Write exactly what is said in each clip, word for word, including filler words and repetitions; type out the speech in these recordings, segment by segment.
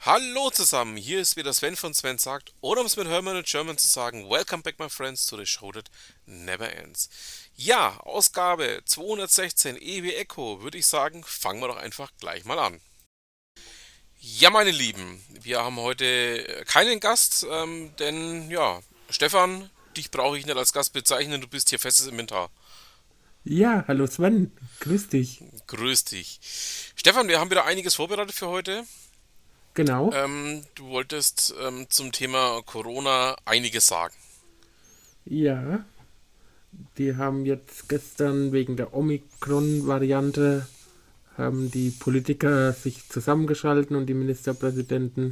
Hallo zusammen, hier ist wieder Sven von Sven sagt, oder um es mit Hermann und German zu sagen, Welcome back my friends to the show that never ends. Ja, Ausgabe zweihundertsechzehn E wie Echo, würde ich sagen, fangen wir doch einfach gleich mal an. Ja, meine Lieben, wir haben heute keinen Gast, ähm, denn ja, Stefan, dich brauche ich nicht als Gast bezeichnen, du bist hier festes Inventar. Ja, hallo Sven, grüß dich. Grüß dich. Stefan, wir haben wieder einiges vorbereitet für heute. Genau. Ähm, du wolltest ähm, zum Thema Corona einiges sagen. Ja, die haben jetzt gestern wegen der Omikron-Variante haben die Politiker sich zusammengeschalten und die Ministerpräsidenten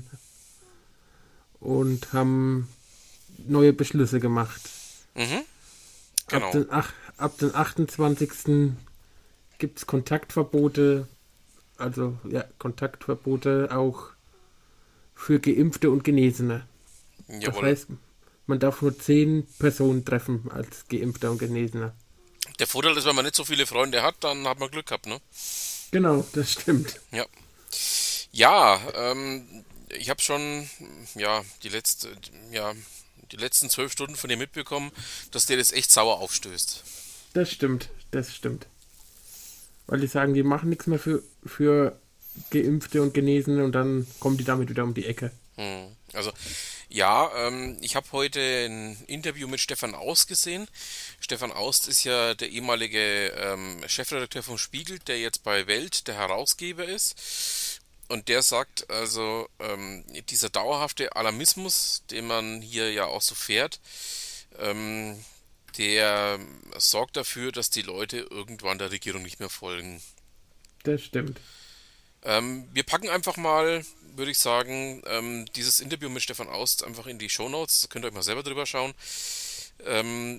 und haben neue Beschlüsse gemacht. Mhm, Ab genau. den, ach, ab den achtundzwanzigsten gibt es Kontaktverbote, also ja, Kontaktverbote auch für Geimpfte und Genesene. Das Jawohl. heißt, man darf nur zehn Personen treffen als Geimpfter und Genesener. Der Vorteil ist, wenn man nicht so viele Freunde hat, dann hat man Glück gehabt, ne? Genau, das stimmt. Ja. Ja, ähm, ich habe schon, ja, die letzte, ja, die letzten zwölf Stunden von dir mitbekommen, dass dir das echt sauer aufstößt. Das stimmt, das stimmt. Weil die sagen, die machen nichts mehr für, für Geimpfte und Genesene und dann kommen die damit wieder um die Ecke. Hm. Also, ja, ähm, ich habe heute ein Interview mit Stefan Aust gesehen. Stefan Aust ist ja der ehemalige ähm, Chefredakteur vom Spiegel, der jetzt bei Welt der Herausgeber ist. Und der sagt also, ähm, dieser dauerhafte Alarmismus, den man hier ja auch so fährt, ähm, der sorgt dafür, dass die Leute irgendwann der Regierung nicht mehr folgen. Das stimmt. Ähm, wir packen einfach mal, würde ich sagen, ähm, dieses Interview mit Stefan Aust einfach in die Shownotes. Könnt ihr euch mal selber drüber schauen. Ähm,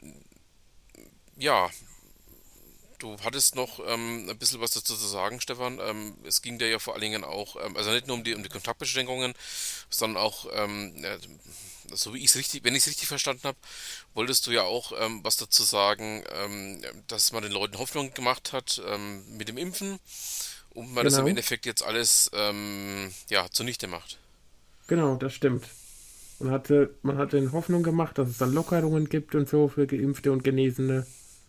ja, du hattest noch ähm, ein bisschen was dazu zu sagen, Stefan. Ähm, es ging dir ja vor allen Dingen auch, ähm, also nicht nur um die, um die Kontaktbeschränkungen, sondern auch, ähm, ja, so wie ich es richtig, wenn ich es richtig verstanden habe, wolltest du ja auch ähm, was dazu sagen, ähm, dass man den Leuten Hoffnung gemacht hat ähm, mit dem Impfen und man das im Genau, Endeffekt jetzt alles ähm, ja, zunichte macht. genau, das stimmt. Man hatte, man hatte in Hoffnung gemacht, dass es dann Lockerungen gibt und so für Geimpfte und Genesene.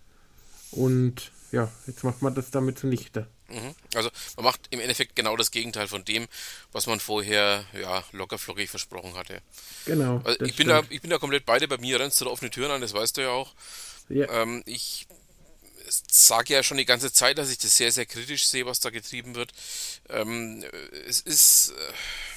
Und ja, jetzt macht man das damit zunichte. Mhm. Also man macht im Endeffekt genau das Gegenteil von dem, was man vorher ja lockerflockig versprochen hatte. Genau, Also das ich bin da, stimmt. ich bin da komplett bei dir. Bei mir rennst du da offene Türen an, das weißt du ja auch. Ja, Ähm, ich sage ja schon die ganze Zeit, dass ich das sehr, sehr kritisch sehe, was da getrieben wird. Ähm, es ist, äh,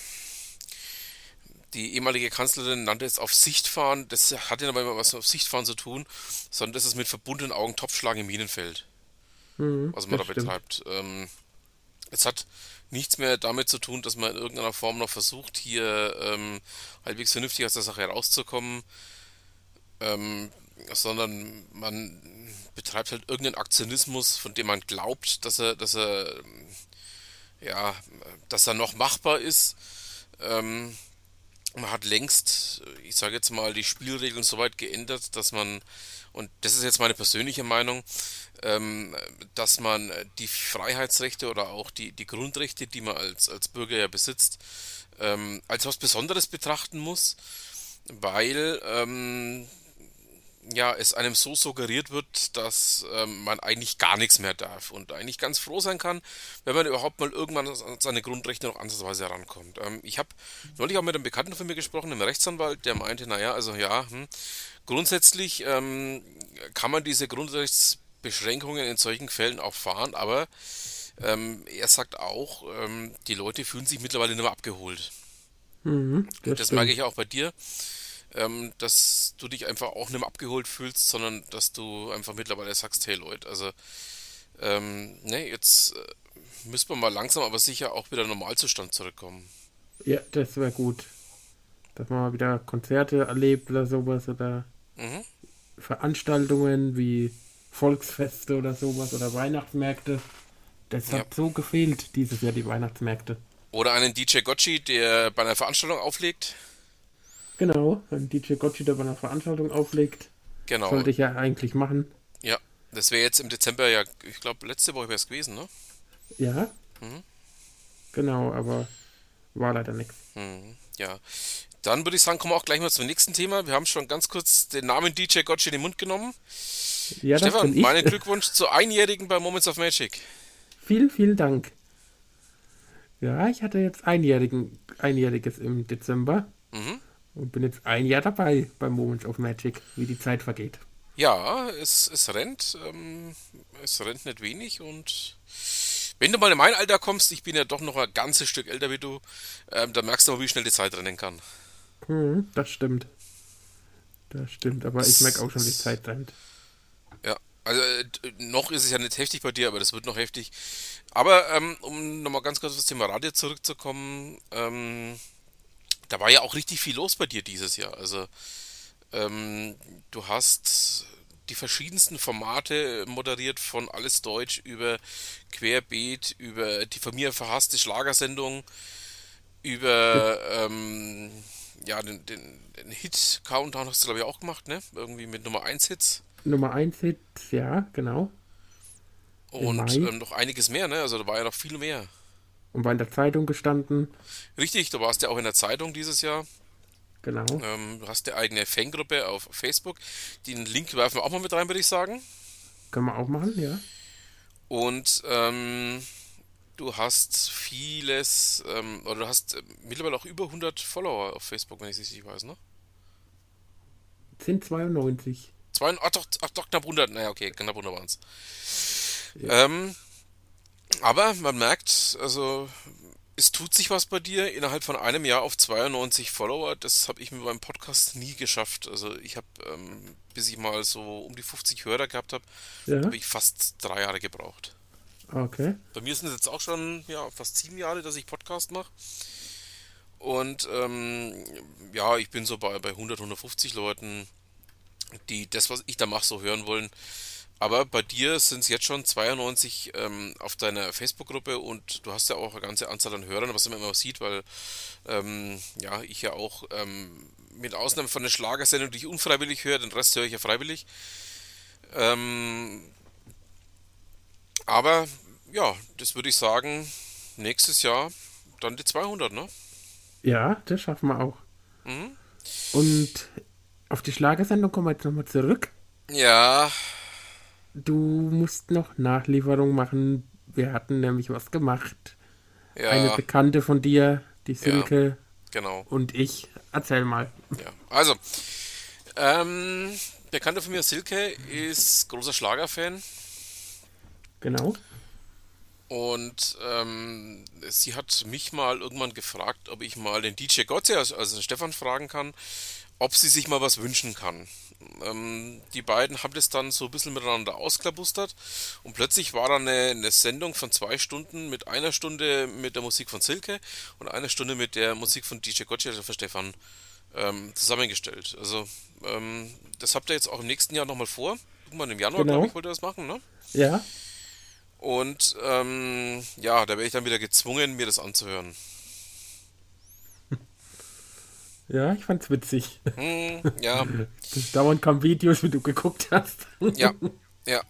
die ehemalige Kanzlerin nannte es auf Sicht fahren. Das hat ja aber immer was mit auf Sicht fahren zu tun, sondern das ist mit verbundenen Augen Topfschlagen im Minenfeld, mhm, was man das da stimmt. betreibt. Ähm, es hat nichts mehr damit zu tun, dass man in irgendeiner Form noch versucht, hier ähm, halbwegs vernünftig aus der Sache herauszukommen, ähm, sondern man betreibt halt irgendeinen Aktionismus, von dem man glaubt, dass er, dass er, ja, dass er noch machbar ist. Ähm, man hat längst, ich sage jetzt mal, die Spielregeln so weit geändert, dass man, und das ist jetzt meine persönliche Meinung, ähm, dass man die Freiheitsrechte oder auch die, die Grundrechte, die man als, als Bürger ja besitzt, ähm, als was Besonderes betrachten muss, weil ähm, ja, es einem so suggeriert wird, dass ähm, man eigentlich gar nichts mehr darf und eigentlich ganz froh sein kann, wenn man überhaupt mal irgendwann an seine Grundrechte noch ansatzweise herankommt. Ähm, ich habe neulich auch mit einem Bekannten von mir gesprochen, einem Rechtsanwalt, der meinte, naja, also ja, hm, grundsätzlich ähm, kann man diese Grundrechtsbeschränkungen in solchen Fällen auch fahren, aber ähm, er sagt auch, ähm, die Leute fühlen sich mittlerweile nicht mehr abgeholt. Mhm, Und das das merke stimmt. ich auch bei dir, ähm, dass du dich einfach auch nicht mehr abgeholt fühlst, sondern dass du einfach mittlerweile sagst, hey Leute, also ähm, ne, jetzt äh, müssen wir mal langsam aber sicher auch wieder in den Normalzustand zurückkommen. Ja, das wäre gut. Dass man mal wieder Konzerte erlebt oder sowas oder Mhm, Veranstaltungen wie Volksfeste oder sowas oder Weihnachtsmärkte. Das ja. hat so gefehlt dieses Jahr, die Weihnachtsmärkte. Oder einen D J Gotchi, der bei einer Veranstaltung auflegt. Genau, wenn D J Gotchi da bei einer Veranstaltung auflegt, Genau, sollte ich ja eigentlich machen. ja. Das wäre jetzt im Dezember ja, ich glaube, letzte Woche wäre es gewesen, ne? Ja, Mhm. genau, aber war leider nichts. Hm, ja. Dann würde ich sagen, kommen wir auch gleich mal zum nächsten Thema. Wir haben schon ganz kurz den Namen D J Gotcha in den Mund genommen. Ja, das Stefan, bin ich. meinen Glückwunsch zur Einjährigen bei Moments of Magic. Vielen, vielen Dank. Ja, ich hatte jetzt einjährigen, einjähriges im Dezember Mhm. und bin jetzt ein Jahr dabei bei Moments of Magic, wie die Zeit vergeht. Ja, es, es rennt. Ähm, es rennt nicht wenig und wenn du mal in mein Alter kommst, ich bin ja doch noch ein ganzes Stück älter wie du, ähm, da merkst du mal, wie schnell die Zeit rennen kann. Hm, das stimmt. Das stimmt, aber ich merke Es, auch schon, die es, Zeit rennt. ja, also äh, noch ist es ja nicht heftig bei dir, aber das wird noch heftig. Aber ähm, um nochmal ganz kurz auf das Thema Radio zurückzukommen, ähm, da war ja auch richtig viel los bei dir dieses Jahr. Also ähm, du hast die verschiedensten Formate moderiert, von Alles Deutsch über Querbeet, über die von mir verhasste Schlagersendung, Das über ähm, ja, den, den, den Hit-Countdown hast du glaube ich auch gemacht, ne? Irgendwie mit Nummer eins Hits. Nummer eins Hit, ja, genau, im Und Mai ähm, noch einiges mehr, ne? Also da war ja noch viel mehr. und war in der Zeitung gestanden. Richtig, du warst ja auch in der Zeitung dieses Jahr. Genau, Ähm, du hast eine eigene Fangruppe auf Facebook. Den Link werfen wir auch mal mit rein, würde ich sagen. können wir auch machen, ja. Und ähm, du hast vieles, ähm, oder du hast äh, mittlerweile auch über hundert Follower auf Facebook, wenn ich es richtig weiß, ne? Sind zweiundneunzig. Zwei, ach doch, ach doch, knapp hundert, naja, okay, knapp hundert waren es. Ja. Ähm, aber man merkt, also es tut sich was bei dir innerhalb von einem Jahr auf zweiundneunzig Follower. Das habe ich mit meinem Podcast nie geschafft. Also ich habe, ähm, bis ich mal so um die fünfzig Hörer gehabt habe, Ja, habe ich fast drei Jahre gebraucht. okay. Bei mir sind es jetzt auch schon ja, fast sieben Jahre, dass ich Podcast mache. Und ähm, ja, ich bin so bei, bei hundert, hundertfünfzig Leuten, die das, was ich da mache, so hören wollen. Aber bei dir sind es jetzt schon zweiundneunzig ähm, auf deiner Facebook-Gruppe und du hast ja auch eine ganze Anzahl an Hörern, was man immer sieht, weil ähm, ja, ich ja auch ähm, mit Ausnahme von der Schlagersendung, die ich unfreiwillig höre, den Rest höre ich ja freiwillig. Ähm, aber ja, das würde ich sagen, nächstes Jahr dann die zweihundert, ne? Ja, das schaffen wir auch. Mhm. Und auf die Schlagersendung kommen wir jetzt nochmal zurück. Ja, Du musst noch Nachlieferung machen. Wir hatten nämlich was gemacht. Eine ja, Bekannte von dir, die ja, Silke genau. und ich. Erzähl mal. Ja, also, ähm, Bekannter von mir, Silke, ist großer Schlagerfan. Genau. Und ähm, sie hat mich mal irgendwann gefragt, ob ich mal den D J Gotze, also also den Stefan, fragen kann, ob sie sich mal was wünschen kann. Ähm, die beiden haben das dann so ein bisschen miteinander ausklabustert und plötzlich war da eine, eine Sendung von zwei Stunden mit einer Stunde mit der Musik von Silke und einer Stunde mit der Musik von D J Gotze, also von Stefan, ähm, zusammengestellt. Also ähm, das habt ihr jetzt auch im nächsten Jahr nochmal vor. Irgendwann im Januar, glaube ich, Genau. wollt ihr das machen, ne? Ja. Und ähm, ja, da wäre ich dann wieder gezwungen, mir das anzuhören. Ja, ich fand's witzig. Hm, ja, Dauernd kamen Videos, wie du geguckt hast. ja, ja,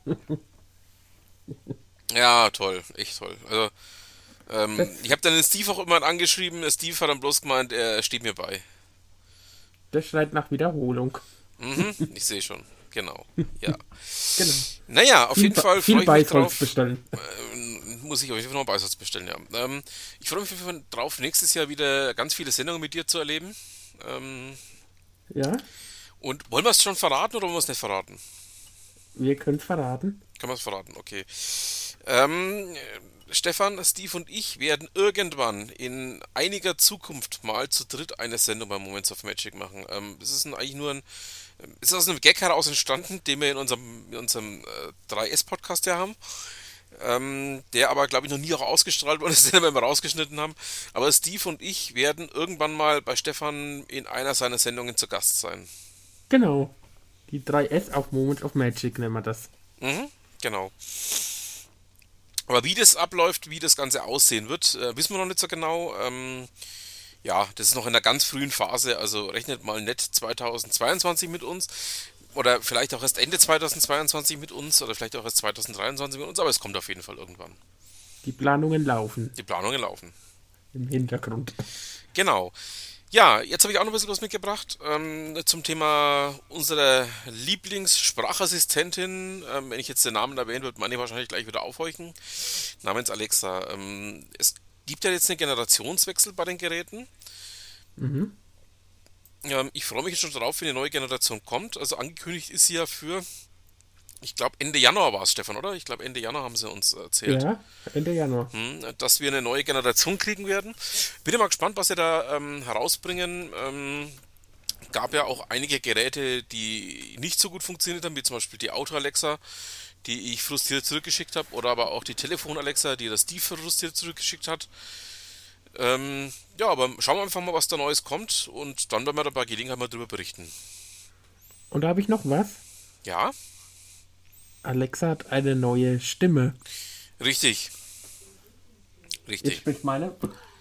ja, toll, echt toll. Also, Das, ähm, ich habe dann den Steve auch immer angeschrieben. Der Steve hat dann bloß gemeint, er steht mir bei. das schreit nach Wiederholung. Mhm, ich sehe schon, genau, ja. Genau. Naja, auf Viel, jeden Ba- Fall viel freue ich mich Beißholz drauf. bestellen. Ähm, muss ich auf jeden Fall noch einen Beisatz bestellen, ja. Ähm, ich freue mich auf jeden Fall drauf, nächstes Jahr wieder ganz viele Sendungen mit dir zu erleben. Ähm, Ja, und wollen wir es schon verraten oder wollen wir es nicht verraten? wir können's verraten. Kann man es verraten, okay. Ähm, Stefan, Steve und ich werden irgendwann in einiger Zukunft mal zu dritt eine Sendung bei Moments of Magic machen. Ähm, es ist ein, eigentlich nur ein, es ist aus einem Gag heraus entstanden, den wir in unserem, in unserem äh, drei S-Podcast ja haben. Ähm, der aber, glaube ich, noch nie auch ausgestrahlt wurde, den wir immer rausgeschnitten haben. Aber Steve und ich werden irgendwann mal bei Stefan in einer seiner Sendungen zu Gast sein. Genau. Die drei S auf Moment of Magic nennen wir das. Mhm, genau. Aber wie das abläuft, wie das Ganze aussehen wird, äh, wissen wir noch nicht so genau. Ähm, ja, das ist noch in einer ganz frühen Phase, also rechnet mal nicht zweitausendzweiundzwanzig mit uns. Oder vielleicht auch erst Ende zweitausendzweiundzwanzig mit uns oder vielleicht auch erst zweitausenddreiundzwanzig mit uns, aber es kommt auf jeden Fall irgendwann. Die Planungen laufen. Die Planungen laufen. im Hintergrund. Genau. Ja, jetzt habe ich auch noch ein bisschen was mitgebracht ähm, zum Thema unserer Lieblingssprachassistentin. Ähm, wenn ich jetzt den Namen erwähnen würde, meine ich wahrscheinlich gleich wieder aufhorchen. Namens Alexa. Ähm, es gibt ja jetzt einen Generationswechsel bei den Geräten. Mhm. Ähm, ich freue mich jetzt schon darauf, wenn die neue Generation kommt. Also angekündigt ist sie ja für, ich glaube Ende Januar war es, Stefan, oder? Ich glaube Ende Januar haben sie uns erzählt, Ja, Ende Januar. hm, dass wir eine neue Generation kriegen werden. Bin ja mal gespannt, was sie da ähm, herausbringen. Ähm, gab ja auch einige Geräte, die nicht so gut funktioniert haben, wie zum Beispiel die Auto Alexa, die ich frustriert zurückgeschickt habe, oder aber auch die Telefon Alexa, die das Steve frustriert zurückgeschickt hat. Ähm, ja, aber schauen wir einfach mal, was da Neues kommt und dann werden wir da bei Gelegenheit mal drüber berichten. Und da habe ich noch was. Ja, Alexa hat eine neue Stimme. richtig, Jetzt richtig. spricht meine.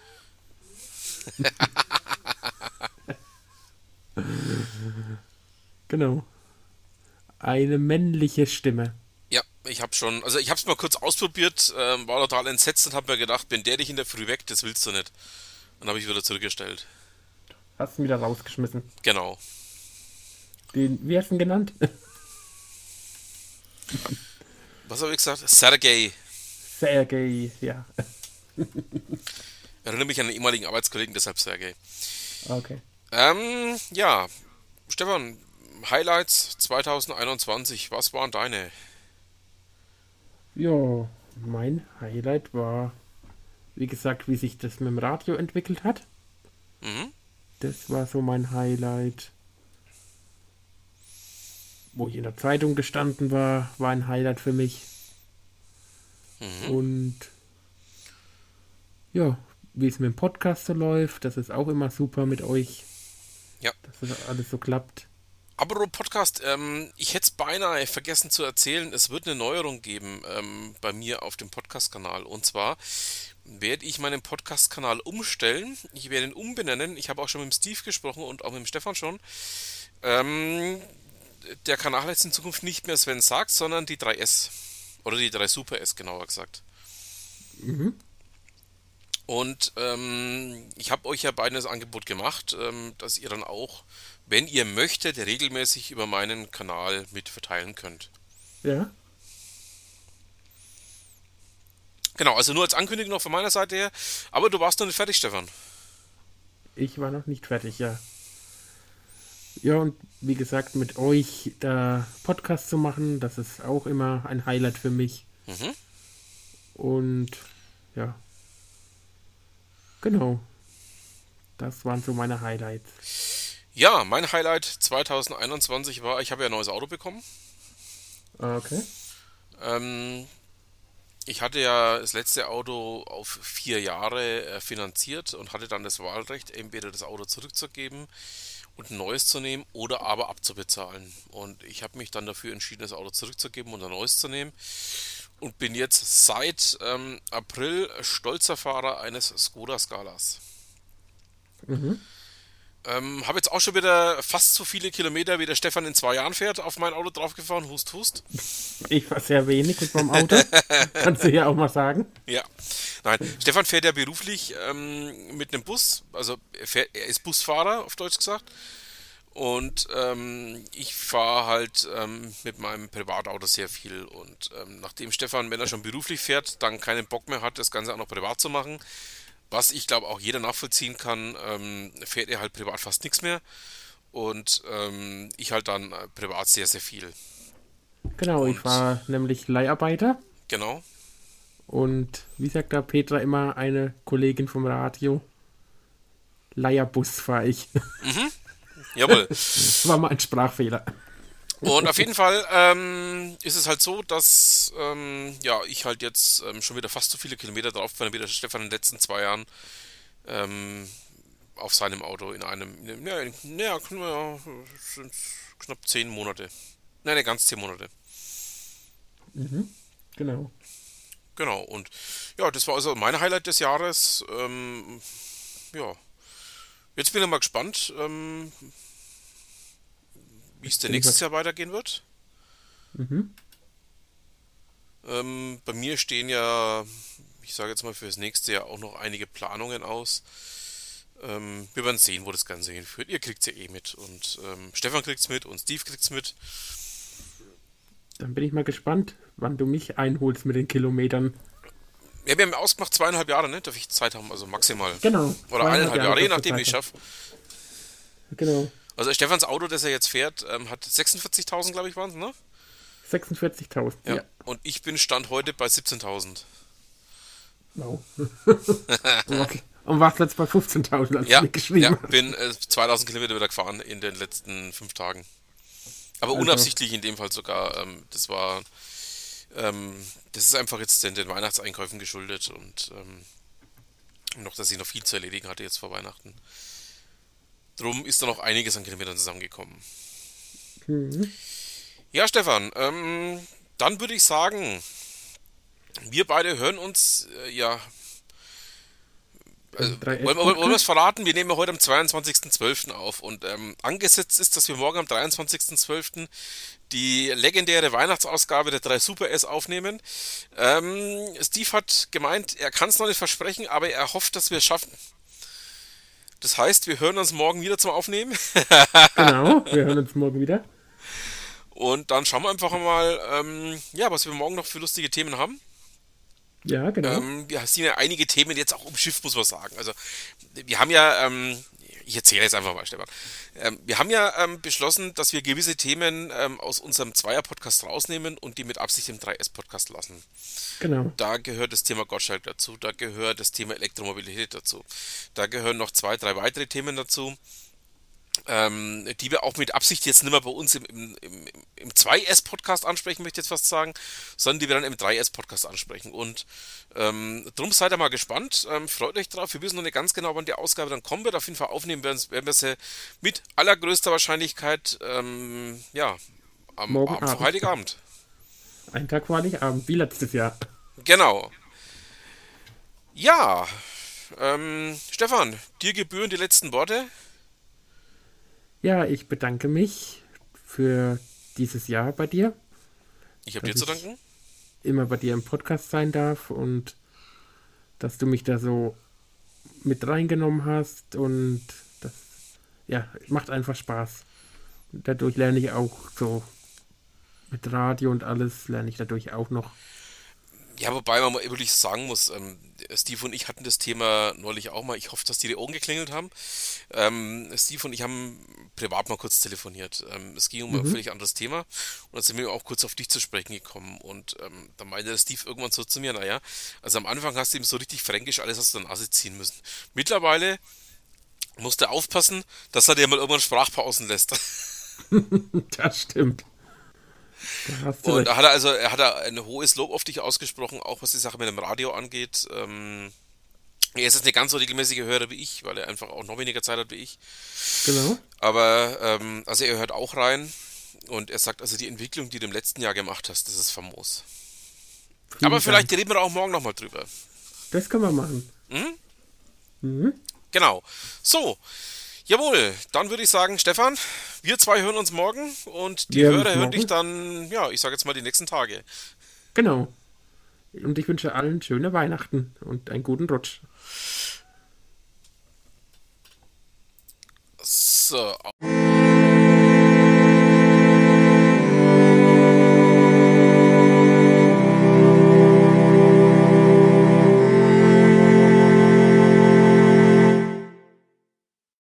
Genau. Eine männliche Stimme. Ja, ich habe schon, also ich habe es mal kurz ausprobiert, ähm, war total entsetzt und habe mir gedacht, wenn der dich in der Früh weckt, das willst du nicht. Dann habe ich wieder zurückgestellt. Hast du wieder rausgeschmissen. Genau. Den, wie hast du ihn genannt? Was habe ich gesagt? Sergej. Sergej, ja. Erinnere mich an einen ehemaligen Arbeitskollegen, deshalb Sergej. Okay. Ähm, ja, Stefan, Highlights zwanzig einundzwanzig, was waren deine? Ja, mein Highlight war, wie gesagt, wie sich das mit dem Radio entwickelt hat. Mhm, Das war so mein Highlight. Wo ich in der Zeitung gestanden war, war ein Highlight für mich. mhm, Und ja, wie es mit dem Podcast so läuft, das ist auch immer super mit euch, ja. dass das alles so klappt. Aber Podcast, ähm, ich hätte es beinahe vergessen zu erzählen, es wird eine Neuerung geben ähm, bei mir auf dem Podcast-Kanal. Und zwar werde ich meinen Podcast-Kanal umstellen. Ich werde ihn umbenennen. Ich habe auch schon mit dem Steve gesprochen und auch mit dem Stefan schon. Ähm, der Kanal heißt in Zukunft nicht mehr Sven sagt, sondern die drei S. Oder die drei Super S, genauer gesagt. Mhm. Und ähm, ich habe euch ja beiden das Angebot gemacht, ähm, dass ihr dann auch, wenn ihr möchtet, regelmäßig über meinen Kanal mit verteilen könnt. Ja, Genau, also nur als Ankündigung noch von meiner Seite her. Aber du warst noch nicht fertig, Stefan. ich war noch nicht fertig, ja. Ja, und wie gesagt, mit euch da Podcast zu machen, das ist auch immer ein Highlight für mich. Mhm. Und ja, genau, das waren so meine Highlights. Ja, mein Highlight zwanzig einundzwanzig war, ich habe ja ein neues Auto bekommen. Okay. Ähm, ich hatte ja das letzte Auto auf vier Jahre äh, finanziert und hatte dann das Wahlrecht, entweder das Auto zurückzugeben und ein neues zu nehmen oder aber abzubezahlen. Und ich habe mich dann dafür entschieden, das Auto zurückzugeben und ein neues zu nehmen. Und bin jetzt seit ähm, April stolzer Fahrer eines Skoda Scalas. Mhm. Ähm, habe jetzt auch schon wieder fast so viele Kilometer wie der Stefan in zwei Jahren fährt auf mein Auto draufgefahren. Hust, hust. Ich war sehr wenig mit meinem Auto. Kannst du ja auch mal sagen. Ja, nein. Stefan fährt ja beruflich ähm, mit einem Bus. Also er, fährt, er ist Busfahrer, auf Deutsch gesagt. Und ähm, ich fahre halt ähm, mit meinem Privatauto sehr viel. Und ähm, nachdem Stefan, wenn er schon beruflich fährt, dann keinen Bock mehr hat, das Ganze auch noch privat zu machen, was ich glaube auch jeder nachvollziehen kann, ähm, fährt er halt privat fast nichts mehr. Und ähm, ich halt dann äh, privat sehr, sehr viel. Genau, ich Und war nämlich Leiharbeiter. genau. Und wie sagt da Petra immer, eine Kollegin vom Radio? Leiharbus fahre ich. Mhm, jawohl. War mal ein Sprachfehler. Und auf jeden Fall ähm, ist es halt so, dass ähm, ja, ich halt jetzt ähm, schon wieder fast so viele Kilometer drauf bin, wie der Stefan in den letzten zwei Jahren ähm, auf seinem Auto in einem, in, ja, in, ja, ja, sind knapp zehn Monate. Nein, ne, ganz zehn Monate. Mhm. Genau. Genau, und ja, das war also mein Highlight des Jahres. Ähm, ja, jetzt bin ich mal gespannt, ähm, wie es Jetzt denn bin ich mal. nächstes Jahr weitergehen wird. Mhm. Ähm, bei mir stehen ja ich sage jetzt mal für das nächste Jahr auch noch einige Planungen aus. Ähm, wir werden sehen, wo das Ganze hinführt. Ihr kriegt es ja eh mit und ähm, Stefan kriegt es mit und Steve kriegt es mit. Dann bin ich mal gespannt, wann du mich einholst mit den Kilometern. Ja, wir haben ausgemacht zweieinhalb Jahre, ne? Darf ich Zeit haben, also maximal. Genau, Oder zweieinhalb eineinhalb Jahre Jahre, je darfst du nachdem, wie Zeit ich haben. schaffe. Genau, Also Stefans Auto, das er jetzt fährt, ähm, hat sechsundvierzigtausend, glaube ich, waren es, ne? sechsundvierzigtausend, Ja. ja. Und ich bin Stand heute bei siebzehntausend. Wow. Und was, und was jetzt bei fünfzehntausend, als du Ja, mir ja, geschrieben hast. bin äh, zweitausend Kilometer wieder gefahren in den letzten fünf Tagen. Aber Also, unabsichtlich in dem Fall sogar. Ähm, das war, ähm, das ist einfach jetzt den, den Weihnachtseinkäufen geschuldet und ähm, noch, dass ich noch viel zu erledigen hatte jetzt vor Weihnachten. Drum ist da noch einiges an Kilometern zusammengekommen. hm, Ja, Stefan, ähm, dann würde ich sagen, wir beide hören uns, äh, ja, also, im wollen, wir- wollen wir es drei S-Podcast. verraten? Wir nehmen ja heute am zweiundzwanzigsten zwölften auf und ähm, angesetzt ist, dass wir morgen am dreiundzwanzigsten zwölften die legendäre Weihnachtsausgabe der drei Super S aufnehmen. Ähm, Steve hat gemeint, er kann es noch nicht versprechen, aber er hofft, dass wir es schaffen. Das heißt, wir hören uns morgen wieder zum Aufnehmen Genau, wir hören uns morgen wieder. und dann schauen wir einfach mal, ähm, ja, was wir morgen noch für lustige Themen haben. Ja, genau. Ähm, wir sind ja einige Themen jetzt auch um Schiff, muss man sagen. Also, wir haben ja, ähm, ich erzähle jetzt einfach mal, Stefan. Ähm, wir haben ja ähm, beschlossen, dass wir gewisse Themen ähm, aus unserem Zweier-Podcast rausnehmen und die mit Absicht im drei S-Podcast lassen. Genau. Da gehört das Thema Gottschalk dazu, da gehört das Thema Elektromobilität dazu, da gehören noch zwei, drei weitere Themen dazu, ähm, die wir auch mit Absicht jetzt nicht mehr bei uns im, im, im, im zwei S-Podcast ansprechen, möchte ich jetzt fast sagen, sondern die wir dann im drei S-Podcast ansprechen. Und ähm, drum seid ihr mal gespannt, ähm, freut euch drauf. Wir wissen noch nicht ganz genau, wann die Ausgabe dann kommen wird. Auf jeden Fall aufnehmen werden, werden wir sie mit allergrößter Wahrscheinlichkeit ähm, ja, am Morgen Abend vor Abend. Heiligabend. Ein Tag vor Heiligabend, wie letztes Jahr. Genau. Ja, ähm, Stefan, dir gebühren die letzten Worte. Ja, ich bedanke mich für dieses Jahr bei dir, Ich habe dir dass zu ich danken. immer bei dir im Podcast sein darf und dass du mich da so mit reingenommen hast und das, ja, macht einfach Spaß. Und dadurch lerne ich auch so mit Radio und alles, lerne ich dadurch auch noch. Ja, wobei man mal wirklich sagen muss, ähm, Steve und ich hatten das Thema neulich auch mal. Ich hoffe, dass dir die Ohren geklingelt haben. Ähm, Steve und ich haben privat mal kurz telefoniert. Ähm, es ging um ein Mhm. völlig anderes Thema und dann sind wir auch kurz auf dich zu sprechen gekommen. Und ähm, da meinte der Steve irgendwann so zu mir, naja, also am Anfang hast du ihm so richtig fränkisch alles aus der Nase ziehen müssen. Mittlerweile musst du aufpassen, dass er dir mal irgendwann Sprachpausen lässt. Das stimmt. Da hast du Und da recht. hat er also, er hat da ein hohes Lob auf dich ausgesprochen, auch was die Sache mit dem Radio angeht. Ähm, er ist jetzt nicht ganz so regelmäßige Hörer wie ich, weil er einfach auch noch weniger Zeit hat wie ich. Genau. Aber ähm, also er hört auch rein und er sagt, also die Entwicklung, die du im letzten Jahr gemacht hast, das ist famos. Aber Vielen vielleicht Dank. reden wir auch morgen nochmal drüber. Das können wir machen. Hm? Mhm. Genau. So, jawohl, dann würde ich sagen, Stefan, wir zwei hören uns morgen und die Wir hören uns Hörer hören dich morgen. dann, ja, ich sage jetzt mal die nächsten Tage. Genau. Und ich wünsche allen schöne Weihnachten und einen guten Rutsch. So,